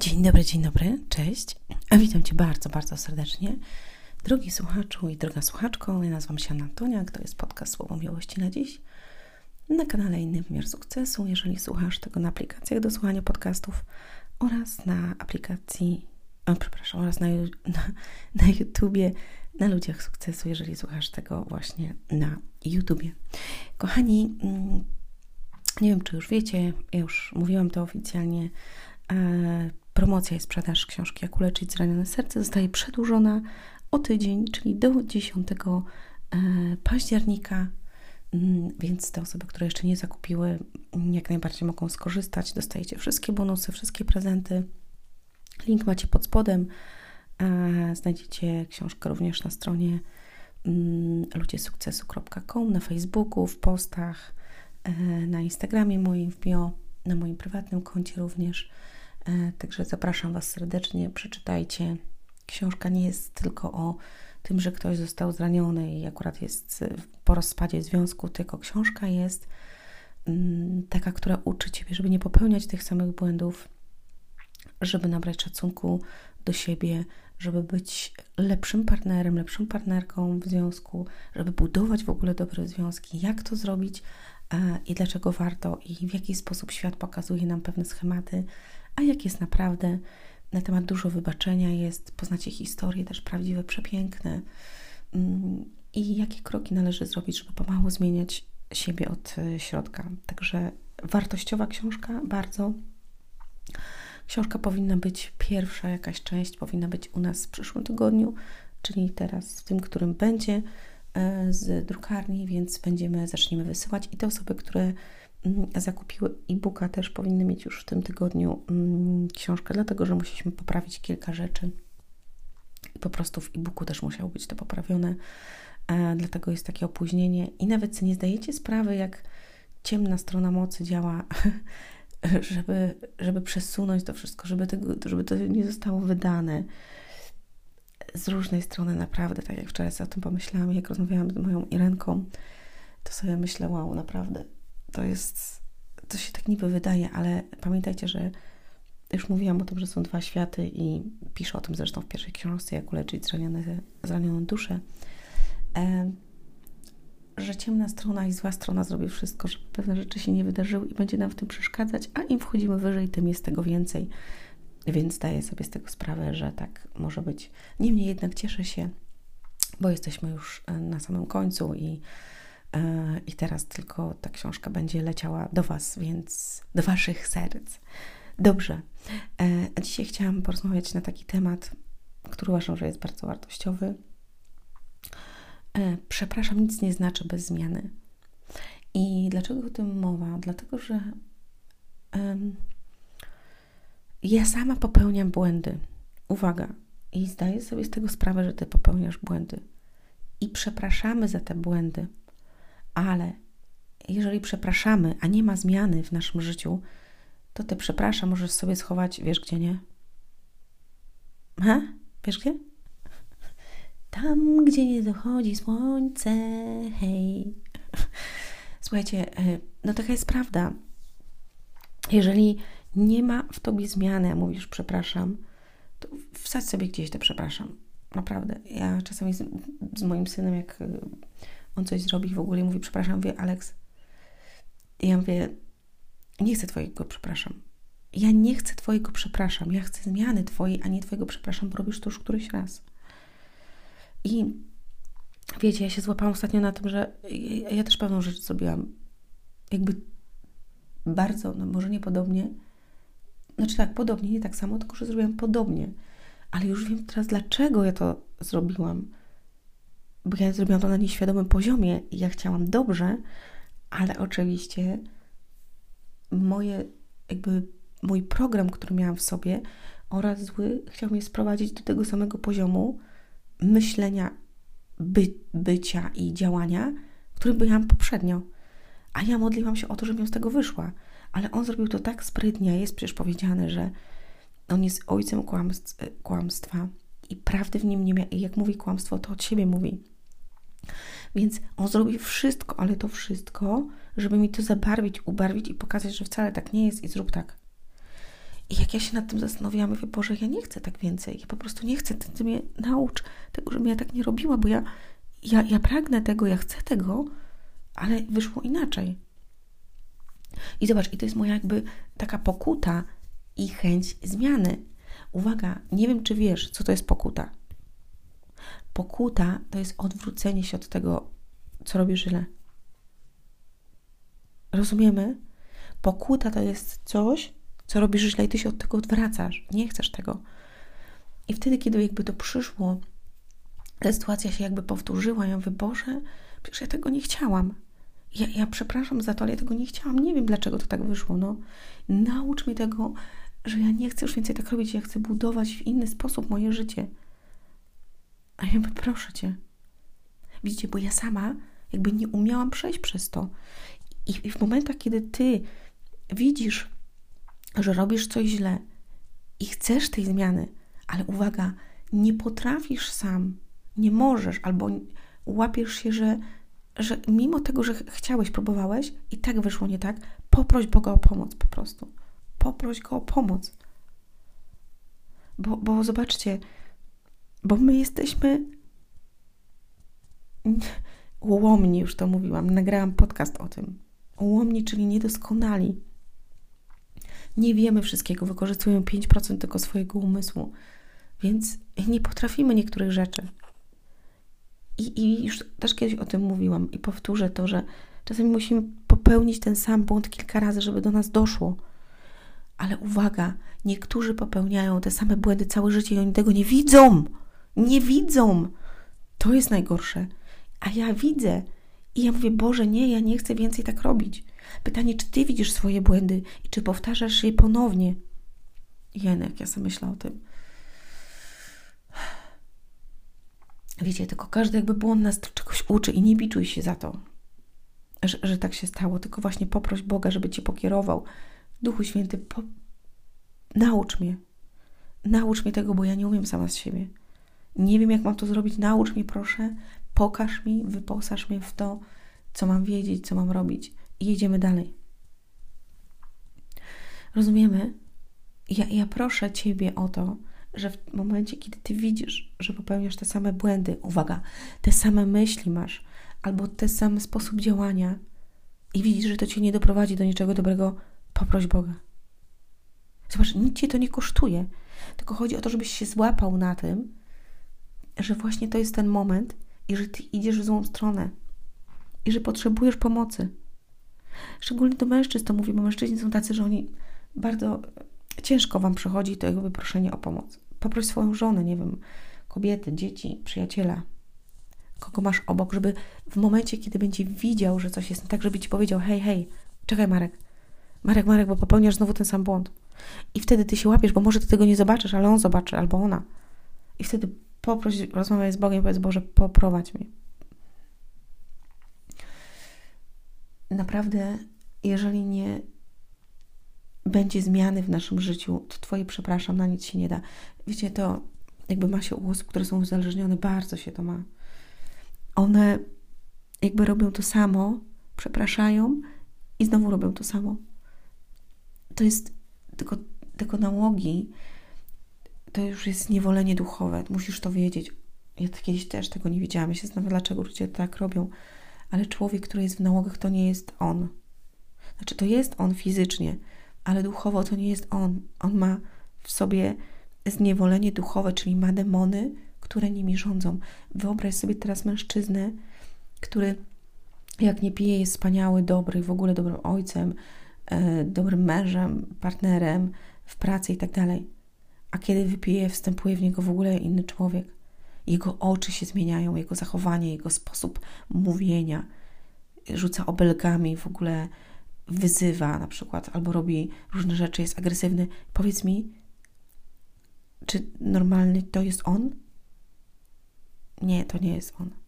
Dzień dobry, cześć. Witam Cię bardzo, bardzo serdecznie. Drogi słuchaczu i droga słuchaczko, ja nazywam się Antonia, to jest podcast Słowo Miłości na dziś. Na kanale Inny Wymiar Sukcesu, jeżeli słuchasz tego na aplikacjach do słuchania podcastów oraz na aplikacji, oraz na YouTubie, na Ludziach Sukcesu, jeżeli słuchasz tego właśnie na YouTubie. Kochani, nie wiem, czy już wiecie, ja już mówiłam to oficjalnie, promocja i sprzedaż książki Jak uleczyć zranione serce zostaje przedłużona o tydzień, czyli do 10 października, więc te osoby, które jeszcze nie zakupiły, jak najbardziej mogą skorzystać. Dostajecie wszystkie bonusy, wszystkie prezenty. Link macie pod spodem. Znajdziecie książkę również na stronie ludziesukcesu.com, na Facebooku, w postach, na Instagramie moim w bio, na moim prywatnym koncie również. Także zapraszam Was serdecznie, przeczytajcie. Książka nie jest tylko o tym, że ktoś został zraniony i akurat jest po rozpadzie związku, tylko książka jest taka, która uczy Ciebie, żeby nie popełniać tych samych błędów, żeby nabrać szacunku do siebie, żeby być lepszym partnerem, lepszą partnerką w związku, żeby budować w ogóle dobre związki, jak to zrobić i dlaczego warto i w jaki sposób świat pokazuje nam pewne schematy, a jak jest naprawdę. Na temat dużo wybaczenia jest, poznacie historie też prawdziwe, przepiękne i jakie kroki należy zrobić, żeby pomału zmieniać siebie od środka. Także wartościowa książka, bardzo. Książka powinna być pierwsza, jakaś część powinna być u nas w przyszłym tygodniu, czyli teraz w tym, którym będzie z drukarni, więc zaczniemy wysyłać i te osoby, które zakupiły e-booka, też powinny mieć już w tym tygodniu książkę, dlatego że musieliśmy poprawić kilka rzeczy i po prostu w e-booku też musiało być to poprawione, dlatego jest takie opóźnienie i nawet sobie nie zdajecie sprawy, jak ciemna strona mocy działa, żeby przesunąć to wszystko, żeby to nie zostało wydane z różnej strony. Naprawdę, tak jak wczoraj sobie o tym pomyślałam, jak rozmawiałam z moją Irenką, to sobie myślę, wow, naprawdę to się tak niby wydaje, ale pamiętajcie, że już mówiłam o tym, że są dwa światy i piszę o tym zresztą w pierwszej książce, Jak uleczyć zranioną duszę, że ciemna strona i zła strona zrobi wszystko, żeby pewne rzeczy się nie wydarzyły i będzie nam w tym przeszkadzać, a im wchodzimy wyżej, tym jest tego więcej. Więc zdaję sobie z tego sprawę, że tak może być. Niemniej jednak cieszę się, bo jesteśmy już na samym końcu i teraz tylko ta książka będzie leciała do Was, więc do Waszych serc. Dobrze. Dzisiaj chciałam porozmawiać na taki temat, który uważam, że jest bardzo wartościowy. Przepraszam, nic nie znaczy bez zmiany. I dlaczego o tym mowa? Dlatego, że ja sama popełniam błędy. Uwaga. I zdaję sobie z tego sprawę, że Ty popełniasz błędy. I przepraszamy za te błędy. Ale jeżeli przepraszamy, a nie ma zmiany w naszym życiu, to te przepraszam możesz sobie schować, wiesz gdzie, nie? Wiesz gdzie? Tam, gdzie nie dochodzi słońce, hej. Słuchajcie, no taka jest prawda. Jeżeli nie ma w Tobie zmiany, a mówisz przepraszam, to wsadź sobie gdzieś te przepraszam. Naprawdę. Ja czasami z moim synem, jak on coś zrobi w ogóle mówi przepraszam, mówię, Aleks, ja mówię, nie chcę Twojego przepraszam. Ja nie chcę Twojego przepraszam. Ja chcę zmiany Twojej, a nie Twojego przepraszam, bo robisz to już któryś raz. I wiecie, ja się złapałam ostatnio na tym, że ja też pewną rzecz zrobiłam jakby bardzo, no może nie podobnie, znaczy tak, podobnie, nie tak samo, tylko że zrobiłam podobnie. Ale już wiem teraz, dlaczego ja to zrobiłam. Bo ja zrobiłam to na nieświadomym poziomie i ja chciałam dobrze, ale oczywiście mój program, który miałam w sobie oraz zły, chciał mnie sprowadzić do tego samego poziomu myślenia, bycia i działania, w którym byłam poprzednio. A ja modliłam się o to, żebym z tego wyszła. Ale on zrobił to tak sprytnie, jest przecież powiedziane, że on jest ojcem kłamstwa i prawdy w nim nie ma. I jak mówi kłamstwo, to od siebie mówi. Więc on zrobi wszystko, ale to wszystko, żeby mi to zabarwić, ubarwić i pokazać, że wcale tak nie jest i zrób tak. I jak ja się nad tym zastanowiłam, mówię, Boże, ja nie chcę tak więcej. Ja po prostu nie chcę. Ty mnie naucz tego, żebym ja tak nie robiła, bo ja pragnę tego, ja chcę tego, ale wyszło inaczej. I zobacz, i to jest moja jakby taka pokuta i chęć zmiany. Uwaga, nie wiem, czy wiesz, co to jest pokuta. Pokuta to jest odwrócenie się od tego, co robisz źle. Rozumiemy? Pokuta to jest coś, co robisz źle i ty się od tego odwracasz. Nie chcesz tego. I wtedy, kiedy jakby to przyszło, ta sytuacja się jakby powtórzyła, ja mówię, Boże, przecież ja tego nie chciałam. Ja przepraszam za to, ale ja tego nie chciałam. Nie wiem, dlaczego to tak wyszło. No. Naucz mnie tego, że ja nie chcę już więcej tak robić. Ja chcę budować w inny sposób moje życie. A ja mówię, proszę Cię. Widzicie, bo ja sama jakby nie umiałam przejść przez to. I w momentach, kiedy Ty widzisz, że robisz coś źle i chcesz tej zmiany, ale uwaga, nie potrafisz sam, nie możesz, albo łapiesz się, że mimo tego, że chciałeś, próbowałeś i tak wyszło nie tak, poproś Boga o pomoc po prostu. Poproś Go o pomoc. Bo zobaczcie, bo my jesteśmy ułomni, już to mówiłam, nagrałam podcast o tym. Ułomni, czyli niedoskonali. Nie wiemy wszystkiego, wykorzystujemy 5% tylko swojego umysłu, więc nie potrafimy niektórych rzeczy. I już też kiedyś o tym mówiłam i powtórzę to, że czasami musimy popełnić ten sam błąd kilka razy, żeby do nas doszło. Ale uwaga, niektórzy popełniają te same błędy całe życie i oni tego nie widzą. Nie widzą. To jest najgorsze. A ja widzę. I ja mówię, Boże, nie, ja nie chcę więcej tak robić. Pytanie, czy Ty widzisz swoje błędy i czy powtarzasz je ponownie? Jak ja sobie myślę o tym. Wiecie, tylko każdy jakby błąd nas czegoś uczy i nie biczuj się za to, że tak się stało. Tylko właśnie poproś Boga, żeby Cię pokierował. Duchu Święty, naucz mnie. Naucz mnie tego, bo ja nie umiem sama z siebie. Nie wiem, jak mam to zrobić. Naucz mnie, proszę. Pokaż mi, wyposaż mnie w to, co mam wiedzieć, co mam robić. I jedziemy dalej. Rozumiemy? Ja proszę Ciebie o to, że w momencie, kiedy Ty widzisz, że popełniasz te same błędy, uwaga, te same myśli masz, albo ten sam sposób działania i widzisz, że to Cię nie doprowadzi do niczego dobrego, poproś Boga. Zobacz, nic Cię to nie kosztuje, tylko chodzi o to, żebyś się złapał na tym, że właśnie to jest ten moment i że Ty idziesz w złą stronę i że potrzebujesz pomocy. Szczególnie do mężczyzn to mówię, bo mężczyźni są tacy, że oni bardzo ciężko Wam przychodzi to jakby proszenie o pomoc. Poproś swoją żonę, nie wiem, kobiety, dzieci, przyjaciela, kogo masz obok, żeby w momencie, kiedy będzie widział, że coś jest tak, żeby Ci powiedział, hej, czekaj Marek, bo popełniasz znowu ten sam błąd. I wtedy Ty się łapiesz, bo może Ty tego nie zobaczysz, ale on zobaczy, albo ona. I wtedy poproś, rozmawiaj z Bogiem, powiedz, Boże, poprowadź mnie. Naprawdę, jeżeli nie będzie zmiany w naszym życiu, to Twoje przepraszam, na nic się nie da. Wiecie, to jakby ma się u osób, które są uzależnione, bardzo się to ma. One jakby robią to samo, przepraszają i znowu robią to samo. To jest tylko nałogi, to już jest zniewolenie duchowe. Musisz to wiedzieć. Ja kiedyś też tego nie wiedziałam. Ja się zastanawiam, dlaczego ludzie tak robią. Ale człowiek, który jest w nałogach, to nie jest on. Znaczy, to jest on fizycznie, ale duchowo to nie jest on. On ma w sobie zniewolenie duchowe, czyli ma demony, które nimi rządzą. Wyobraź sobie teraz mężczyznę, który jak nie pije, jest wspaniały, dobry, w ogóle dobrym ojcem, dobrym mężem, partnerem w pracy i tak dalej. A kiedy wypije, wstępuje w niego w ogóle inny człowiek. Jego oczy się zmieniają, jego zachowanie, jego sposób mówienia. Rzuca obelgami, w ogóle wyzywa na przykład, albo robi różne rzeczy, jest agresywny. Powiedz mi, czy normalny to jest on? Nie, to nie jest on.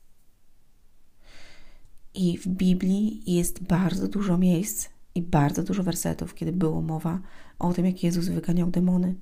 I w Biblii jest bardzo dużo miejsc i bardzo dużo wersetów, kiedy było mowa o tym, jak Jezus wyganiał demony.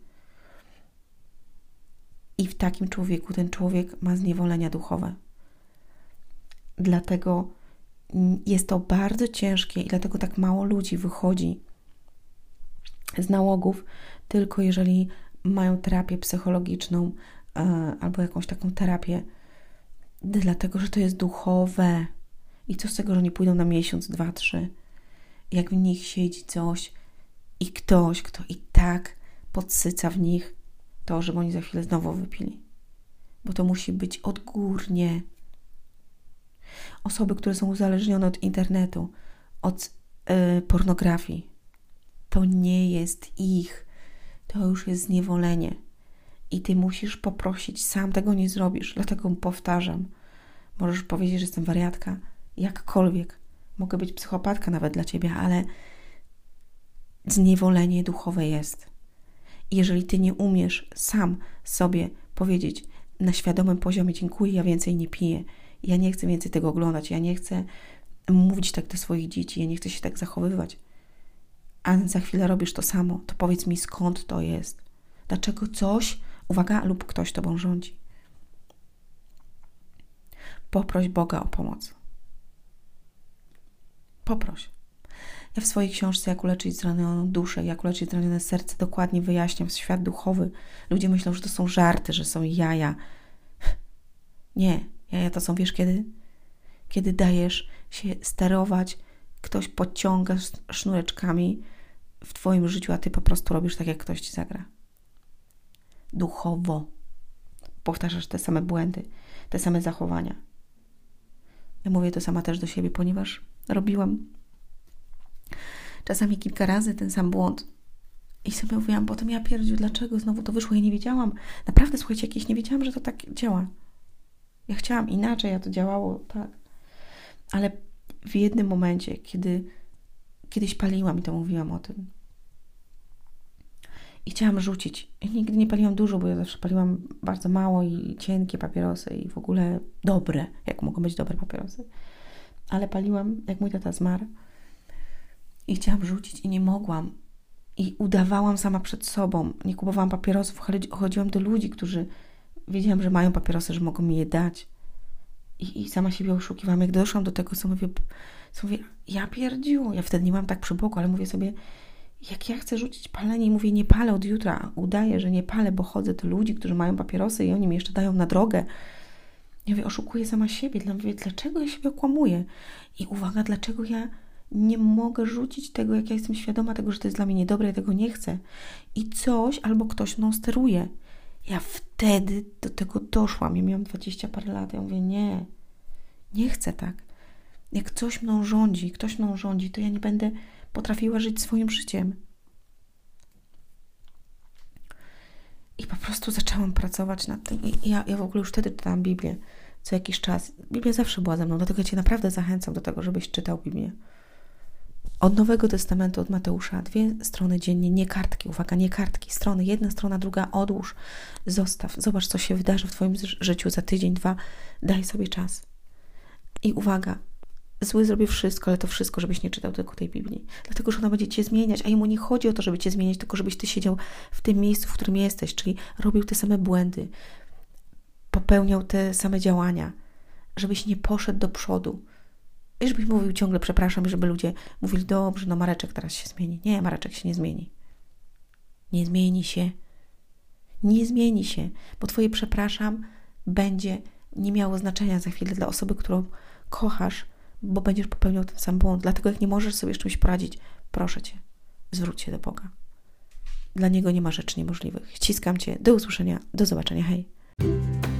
I w takim człowieku ten człowiek ma zniewolenia duchowe. Dlatego jest to bardzo ciężkie i dlatego tak mało ludzi wychodzi z nałogów, tylko jeżeli mają terapię psychologiczną albo jakąś taką terapię, dlatego, że to jest duchowe. I co z tego, że nie pójdą na miesiąc, 2, 3, jak w nich siedzi coś i ktoś, kto i tak podsyca w nich to, żeby oni za chwilę znowu wypili. Bo to musi być odgórnie. Osoby, które są uzależnione od internetu, od pornografii, to nie jest ich. To już jest zniewolenie. I ty musisz poprosić, sam tego nie zrobisz. Dlatego powtarzam. Możesz powiedzieć, że jestem wariatka. Jakkolwiek. Mogę być psychopatka nawet dla ciebie, ale zniewolenie duchowe jest. I jeżeli ty nie umiesz sam sobie powiedzieć na świadomym poziomie: dziękuję, ja więcej nie piję, ja nie chcę więcej tego oglądać, ja nie chcę mówić tak do swoich dzieci, ja nie chcę się tak zachowywać, a za chwilę robisz to samo, to powiedz mi, skąd to jest? Dlaczego coś, uwaga, lub ktoś tobą rządzi? Poproś Boga o pomoc. Poproś. Ja w swojej książce Jak uleczyć zranioną duszę, Jak uleczyć zranione serce dokładnie wyjaśniam świat duchowy. Ludzie myślą, że to są żarty, że są jaja. Nie, jaja to są, wiesz kiedy? Kiedy dajesz się sterować, ktoś podciąga sznureczkami w twoim życiu, a ty po prostu robisz tak, jak ktoś ci zagra. Duchowo. Powtarzasz te same błędy, te same zachowania. Ja mówię to sama też do siebie, ponieważ robiłam czasami kilka razy ten sam błąd. I sobie mówiłam, potem ja pierdziu, dlaczego znowu to wyszło? Ja nie wiedziałam. Naprawdę, słuchajcie, jakieś nie wiedziałam, że to tak działa. Ja chciałam inaczej, a to działało tak. Ale w jednym momencie, kiedy kiedyś paliłam i to mówiłam o tym, i chciałam rzucić. Ja nigdy nie paliłam dużo, bo ja zawsze paliłam bardzo mało i cienkie papierosy i w ogóle dobre, jak mogą być dobre papierosy. Ale paliłam, jak mój tata zmarł, i chciałam rzucić i nie mogłam. I udawałam sama przed sobą. Nie kupowałam papierosów, chodziłam do ludzi, którzy wiedziałam, że mają papierosy, że mogą mi je dać. I sama siebie oszukiwałam. Jak doszłam do tego, co mówię, ja pierdziu. Ja wtedy nie mam tak przy boku, ale mówię sobie, jak ja chcę rzucić palenie i mówię, nie palę od jutra. Udaję, że nie palę, bo chodzę do ludzi, którzy mają papierosy i oni mi jeszcze dają na drogę. Ja mówię, oszukuję sama siebie. Mówię, dlaczego ja siebie okłamuję? I uwaga, dlaczego ja nie mogę rzucić tego, jak ja jestem świadoma tego, że to jest dla mnie niedobre, ja tego nie chcę. I coś albo ktoś mną steruje. Ja wtedy do tego doszłam. Ja miałam 20 parę lat. Ja mówię, nie chcę tak. Jak ktoś mną rządzi, to ja nie będę potrafiła żyć swoim życiem. I po prostu zaczęłam pracować nad tym. I ja w ogóle już wtedy czytałam Biblię co jakiś czas. Biblia zawsze była ze mną, dlatego ja cię naprawdę zachęcam do tego, żebyś czytał Biblię. Od Nowego Testamentu, od Mateusza, 2 strony dziennie, nie kartki, uwaga, nie kartki, strony, 1 strona, druga, odłóż, zostaw, zobacz, co się wydarzy w twoim życiu za tydzień, 2, daj sobie czas. I uwaga, zły zrobię wszystko, ale to wszystko, żebyś nie czytał tylko tej Biblii. Dlatego, że ona będzie cię zmieniać, a jemu nie chodzi o to, żeby cię zmieniać, tylko żebyś ty siedział w tym miejscu, w którym jesteś, czyli robił te same błędy, popełniał te same działania, żebyś nie poszedł do przodu. I żebyś mówił ciągle przepraszam, żeby ludzie mówili, dobrze, no Mareczek teraz się zmieni. Nie, Mareczek się nie zmieni. Nie zmieni się. Nie zmieni się, bo twoje przepraszam będzie nie miało znaczenia za chwilę dla osoby, którą kochasz, bo będziesz popełniał ten sam błąd. Dlatego jak nie możesz sobie z czymś poradzić, proszę cię, zwróć się do Boga. Dla Niego nie ma rzeczy niemożliwych. Ściskam cię. Do usłyszenia. Do zobaczenia. Hej.